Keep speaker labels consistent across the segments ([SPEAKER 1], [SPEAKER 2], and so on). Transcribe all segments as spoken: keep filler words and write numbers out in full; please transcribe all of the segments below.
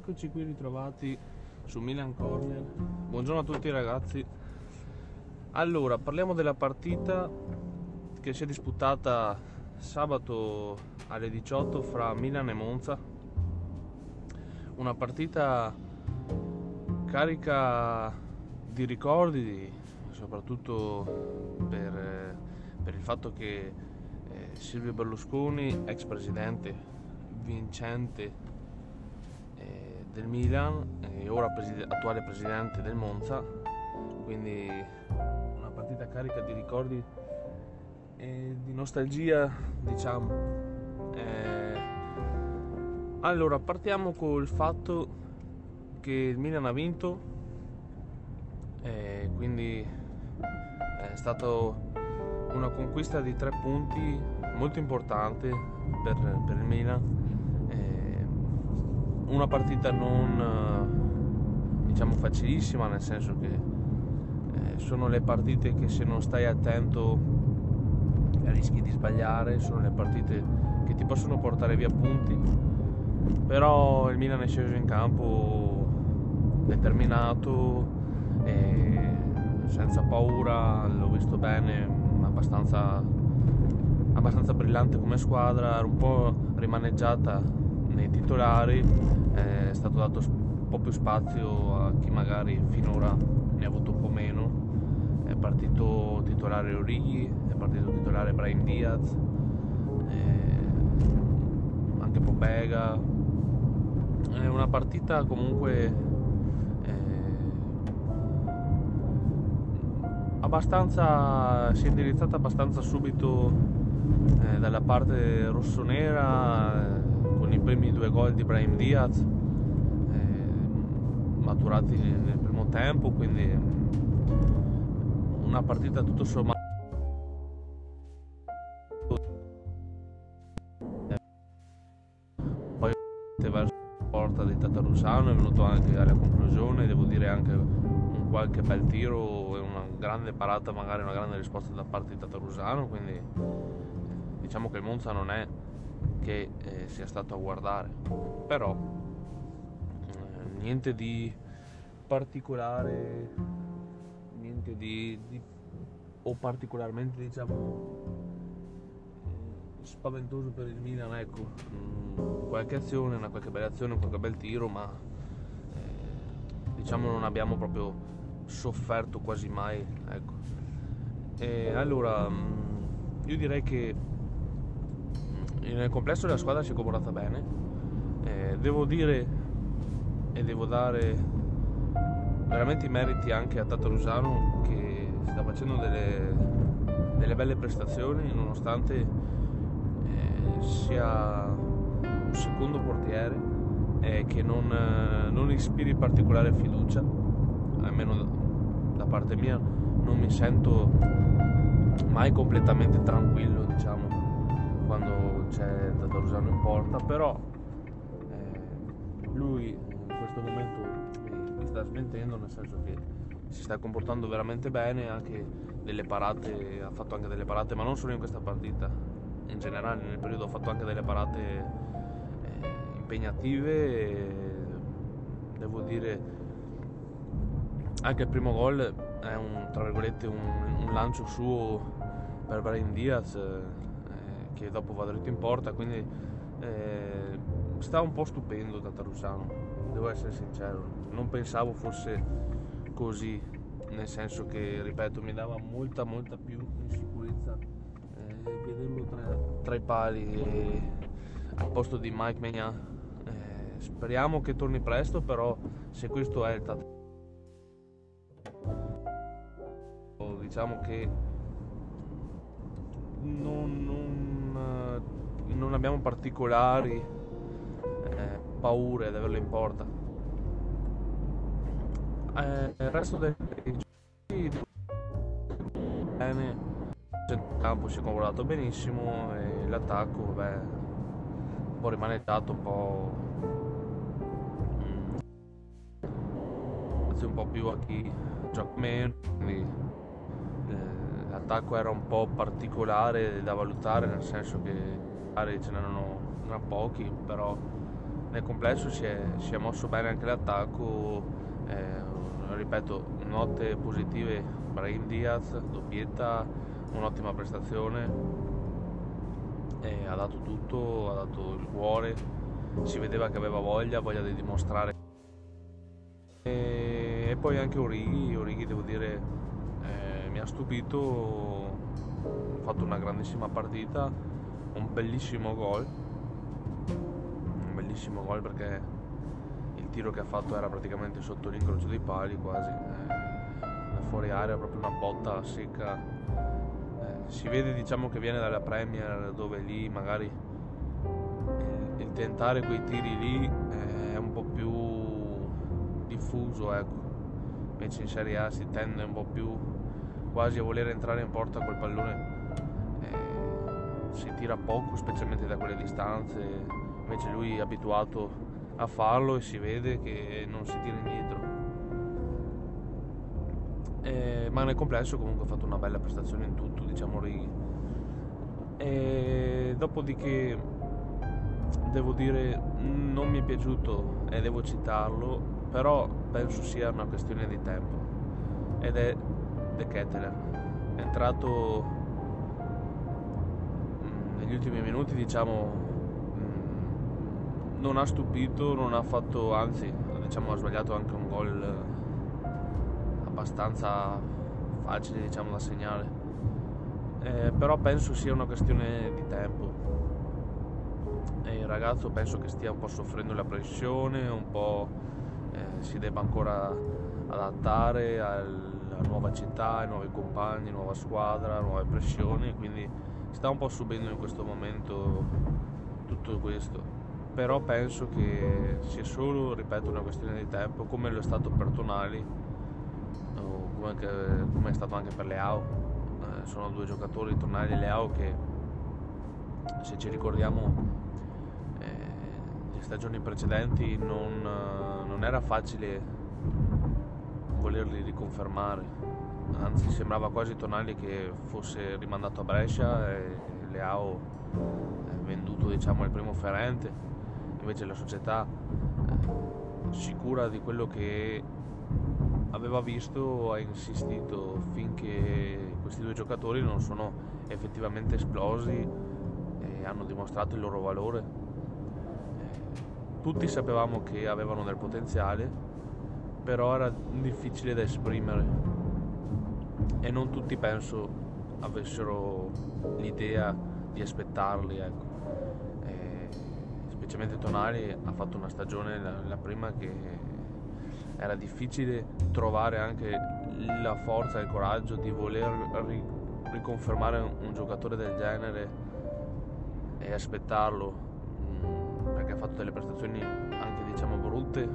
[SPEAKER 1] Eccoci qui ritrovati su Milan Corner. Buongiorno a tutti ragazzi. Allora, parliamo della partita che si è disputata sabato alle diciotto fra Milan e Monza. Una partita carica di ricordi, soprattutto per, per il fatto che eh, Silvio Berlusconi, ex presidente vincente del Milan e ora preside- attuale presidente del Monza, quindi una partita carica di ricordi e di nostalgia, diciamo. Eh, allora partiamo col fatto che il Milan ha vinto, eh, quindi è stata una conquista di tre punti molto importante per, per il Milan. Una partita non diciamo facilissima, nel senso che eh, sono le partite che se non stai attento rischi di sbagliare, sono le partite che ti possono portare via punti, però il Milan è sceso in campo determinato e senza paura, l'ho visto bene, abbastanza, abbastanza brillante come squadra, era un po' rimaneggiata nei titolari, è stato dato un po' più spazio a chi magari finora ne ha avuto un po' meno. È partito titolare Origi, è partito titolare Brahim Diaz, anche Pobega. È una partita comunque eh, abbastanza, si è indirizzata abbastanza subito eh, dalla parte rossonera, eh, con i primi due gol di Brahim Diaz eh, maturati nel primo tempo, quindi una partita tutto sommato poi verso la porta di Tatarusano è venuto anche alla conclusione, devo dire anche un qualche bel tiro e una grande parata, magari una grande risposta da parte di Tatarusano, quindi diciamo che il Monza non è che eh, sia stato a guardare, però eh, niente di particolare, niente di, di o particolarmente diciamo eh, spaventoso per il Milan, ecco. Mm, qualche azione, una qualche bella azione, un qualche bel tiro, ma eh, diciamo non abbiamo proprio sofferto quasi mai, ecco. E allora mm, io direi che nel complesso la squadra si è comportata bene, eh, devo dire e devo dare veramente i meriti anche a Tatarusano, che sta facendo delle, delle belle prestazioni nonostante eh, sia un secondo portiere e eh, che non, eh, non ispiri particolare fiducia, almeno da, da parte mia non mi sento mai completamente tranquillo, diciamo, quando c'è Tatarusano in porta, però eh, lui in questo momento mi, mi sta smentendo, nel senso che si sta comportando veramente bene, anche delle parate, ha fatto anche delle parate, ma non solo in questa partita, in generale nel periodo ha fatto anche delle parate eh, impegnative e devo dire anche il primo gol è un, tra virgolette, un, un lancio suo per Brahim Diaz, eh, che dopo va dritto in porta, quindi eh, sta un po' stupendo Tatarusano, devo essere sincero, non pensavo fosse così, nel senso che, ripeto, mi dava molta molta più insicurezza eh, vederlo tra, tra i pali e, al posto di Mike Maignan. Eh, speriamo che torni presto, però se questo è il Tatarusano, diciamo che non, non, non abbiamo particolari eh, paure ad averlo in porta. Eh, il resto del gioco bene, il campo si è comportato benissimo e l'attacco, vabbè, un po' rimaneggiato, un po' un po' più a chi gioca meno, quindi eh, l'attacco era un po' particolare da valutare, nel senso che ce n'erano, erano pochi, però nel complesso si è, si è mosso bene anche l'attacco, eh, ripeto, note positive: Brahim Diaz, doppietta, un'ottima prestazione, eh, ha dato tutto, ha dato il cuore, si vedeva che aveva voglia, voglia di dimostrare. E, e poi anche Origi, Origi devo dire, eh, mi ha stupito, ha fatto una grandissima partita, un bellissimo gol, un bellissimo gol perché il tiro che ha fatto era praticamente sotto l'incrocio dei pali quasi, eh, fuori area, proprio una botta secca, eh, si vede, diciamo, che viene dalla Premier, dove lì magari il, il tentare quei tiri lì eh, è un po' più diffuso, ecco. Invece in Serie A si tende un po' più quasi a voler entrare in porta col pallone, eh, si tira poco, specialmente da quelle distanze. Invece lui è abituato a farlo e si vede che non si tira indietro, eh, ma nel complesso comunque ha fatto una bella prestazione in tutto, diciamo, Righi. E dopodiché devo dire, non mi è piaciuto e devo citarlo, però penso sia una questione di tempo, ed è De Ketelaere. È entrato mh, negli ultimi minuti, diciamo, mh, non ha stupito, non ha fatto, anzi, diciamo, ha sbagliato anche un gol abbastanza facile, diciamo, da segnare, eh, però penso sia una questione di tempo. E il ragazzo penso che stia un po' soffrendo la pressione, un po' eh, si debba ancora adattare alla nuova città, ai nuovi compagni, nuova squadra, nuove pressioni, quindi sta un po' subendo in questo momento tutto questo. Però penso che sia solo, ripeto, una questione di tempo, come lo è stato per Tonali, o come, che, come è stato anche per Leao. Eh, sono due giocatori, Tonali e Leao, che, se ci ricordiamo, le stagioni precedenti non, non era facile volerli riconfermare, anzi sembrava quasi Tonali che fosse rimandato a Brescia e Leao venduto, diciamo, al primo ferente. Invece la società, eh, sicura di quello che aveva visto, ha insistito finché questi due giocatori non sono effettivamente esplosi e hanno dimostrato il loro valore. Tutti sapevamo che avevano del potenziale, però era difficile da esprimere e non tutti, penso, avessero l'idea di aspettarli, ecco. E specialmente Tonali ha fatto una stagione, la, la prima, che era difficile trovare anche la forza e il coraggio di voler ri- riconfermare un giocatore del genere e aspettarlo, perché ha fatto delle prestazioni anche, diciamo, brutte,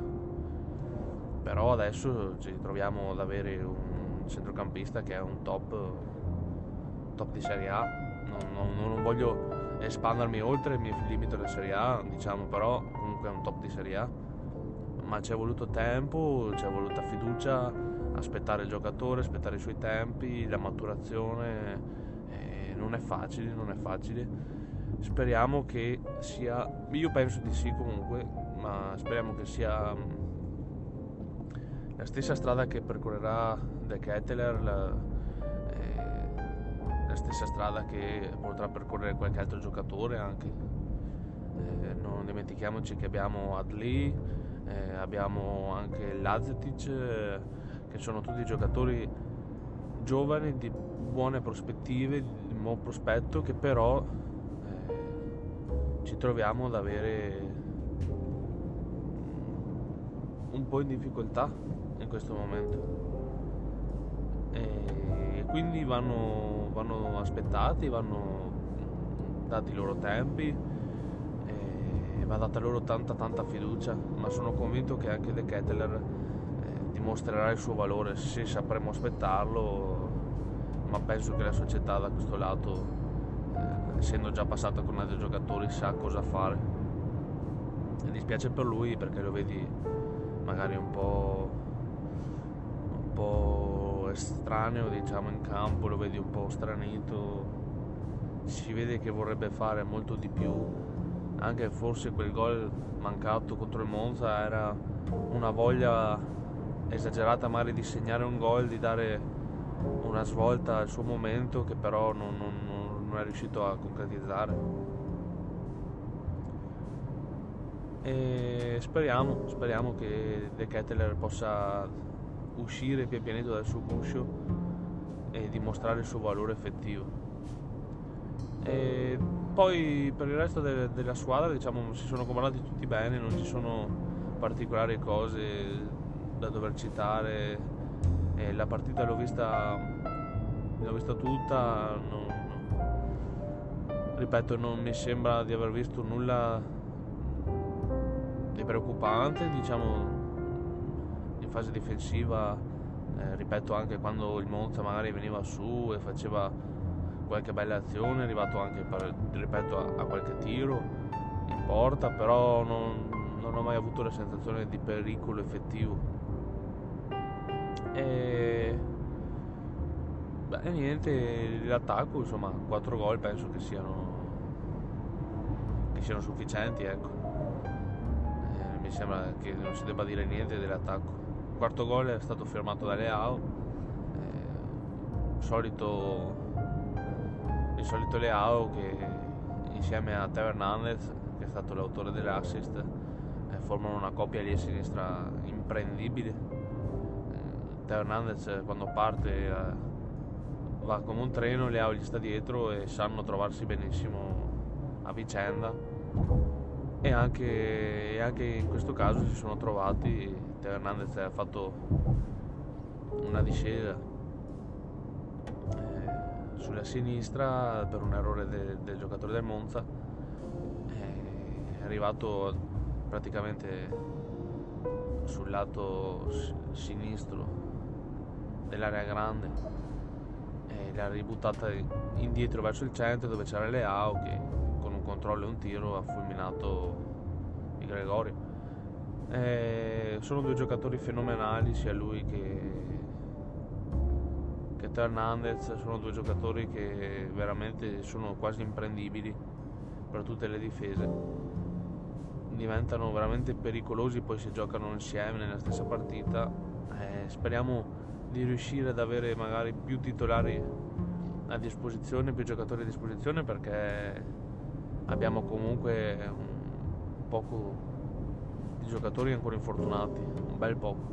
[SPEAKER 1] però adesso ci troviamo ad avere un centrocampista che è un top top di Serie A. Non, non, non voglio espandermi oltre, mi limito alla Serie A, diciamo, però comunque è un top di Serie A. Ma ci è voluto tempo, ci è voluta fiducia, aspettare il giocatore, aspettare i suoi tempi, la maturazione, eh, non è facile, non è facile. Speriamo che sia, io penso di sì comunque, ma speriamo che sia la stessa strada che percorrerà De Ketelaere, la, eh, la stessa strada che potrà percorrere qualche altro giocatore anche. Eh, non dimentichiamoci che abbiamo Adli, eh, abbiamo anche Lazetic, eh, che sono tutti giocatori giovani, di buone prospettive, di buon prospetto, che però ci troviamo ad avere un po' in difficoltà in questo momento, e quindi vanno, vanno aspettati, vanno dati i loro tempi e va data loro tanta tanta fiducia, ma sono convinto che anche De Ketelaere eh, dimostrerà il suo valore se sapremo aspettarlo, ma penso che la società da questo lato, essendo già passata con altri giocatori, sa cosa fare. Mi dispiace per lui perché lo vedi magari un po' un po' estraneo, diciamo, in campo, lo vedi un po' stranito, si vede che vorrebbe fare molto di più anche forse quel gol mancato contro il Monza era una voglia esagerata magari di segnare un gol, di dare una svolta al suo momento, che però non, non, non è riuscito a concretizzare. E speriamo, speriamo che De Ketelaere possa uscire pian pianino dal suo guscio e dimostrare il suo valore effettivo. E poi per il resto de- della squadra, diciamo, si sono comandati tutti bene, non ci sono particolari cose da dover citare. E la partita l'ho vista l'ho vista tutta, non, non- ripeto, non mi sembra di aver visto nulla di preoccupante, diciamo, in fase difensiva. Eh, ripeto, anche quando il Monza magari veniva su e faceva qualche bella azione, è arrivato anche per, ripeto, a, a qualche tiro in porta, però non, non ho mai avuto la sensazione di pericolo effettivo. E beh, niente, l'attacco, insomma, quattro gol penso che siano che siano sufficienti, ecco. Eh, mi sembra che non si debba dire niente dell'attacco. Il quarto gol è stato firmato da Leao, eh, solito il solito Leao, che insieme a Teo Hernandez, che è stato l'autore dell'assist, eh, formano una coppia lì a sinistra imprendibile. eh, Teo Hernandez quando parte eh, va come un treno, Leao gli sta dietro e sanno trovarsi benissimo a vicenda, e anche, e anche in questo caso si sono trovati. Teo Hernandez ha fatto una discesa sulla sinistra per un errore de- del giocatore del Monza, è arrivato praticamente sul lato s- sinistro dell'area grande e l'ha ributtata indietro verso il centro, dove c'era Leao, che con un controllo e un tiro ha fulminato di Gregorio. Eh, sono due giocatori fenomenali, sia lui che che Teo Hernandez. Sono due giocatori che veramente sono quasi imprendibili per tutte le difese, diventano veramente pericolosi poi se giocano insieme nella stessa partita. Eh, speriamo di riuscire ad avere magari più titolari a disposizione, più giocatori a disposizione, perché abbiamo comunque un poco di giocatori ancora infortunati, un bel poco,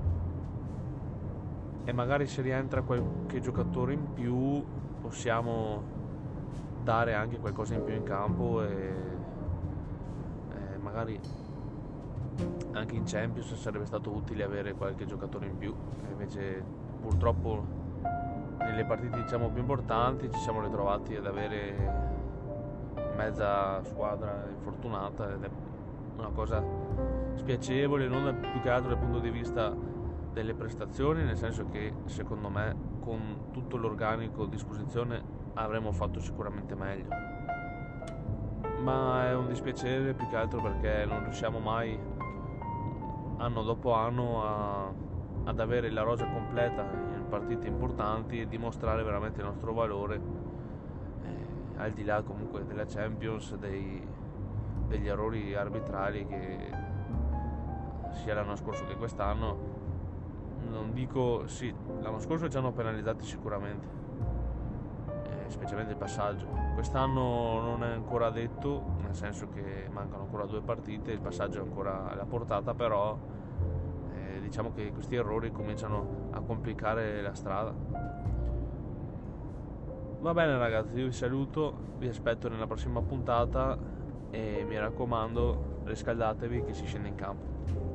[SPEAKER 1] e magari se rientra qualche giocatore in più possiamo dare anche qualcosa in più in campo, e, e magari anche in Champions sarebbe stato utile avere qualche giocatore in più. E invece purtroppo nelle partite, diciamo, più importanti ci siamo ritrovati ad avere mezza squadra infortunata, ed è una cosa spiacevole, non da, più che altro dal punto di vista delle prestazioni, nel senso che secondo me con tutto l'organico a disposizione avremmo fatto sicuramente meglio, ma è un dispiacere più che altro perché non riusciamo mai anno dopo anno a, ad avere la rosa completa in partite importanti e dimostrare veramente il nostro valore, eh, al di là comunque della Champions, dei, degli errori arbitrali che sia l'anno scorso che quest'anno. Non dico, sì, l'anno scorso ci hanno penalizzati sicuramente, eh, specialmente il passaggio. Quest'anno non è ancora detto, nel senso che mancano ancora due partite, il passaggio è ancora alla portata, però eh, diciamo che questi errori cominciano a complicare la strada. Va bene ragazzi, io vi saluto, vi aspetto nella prossima puntata e mi raccomando, riscaldatevi che si scende in campo.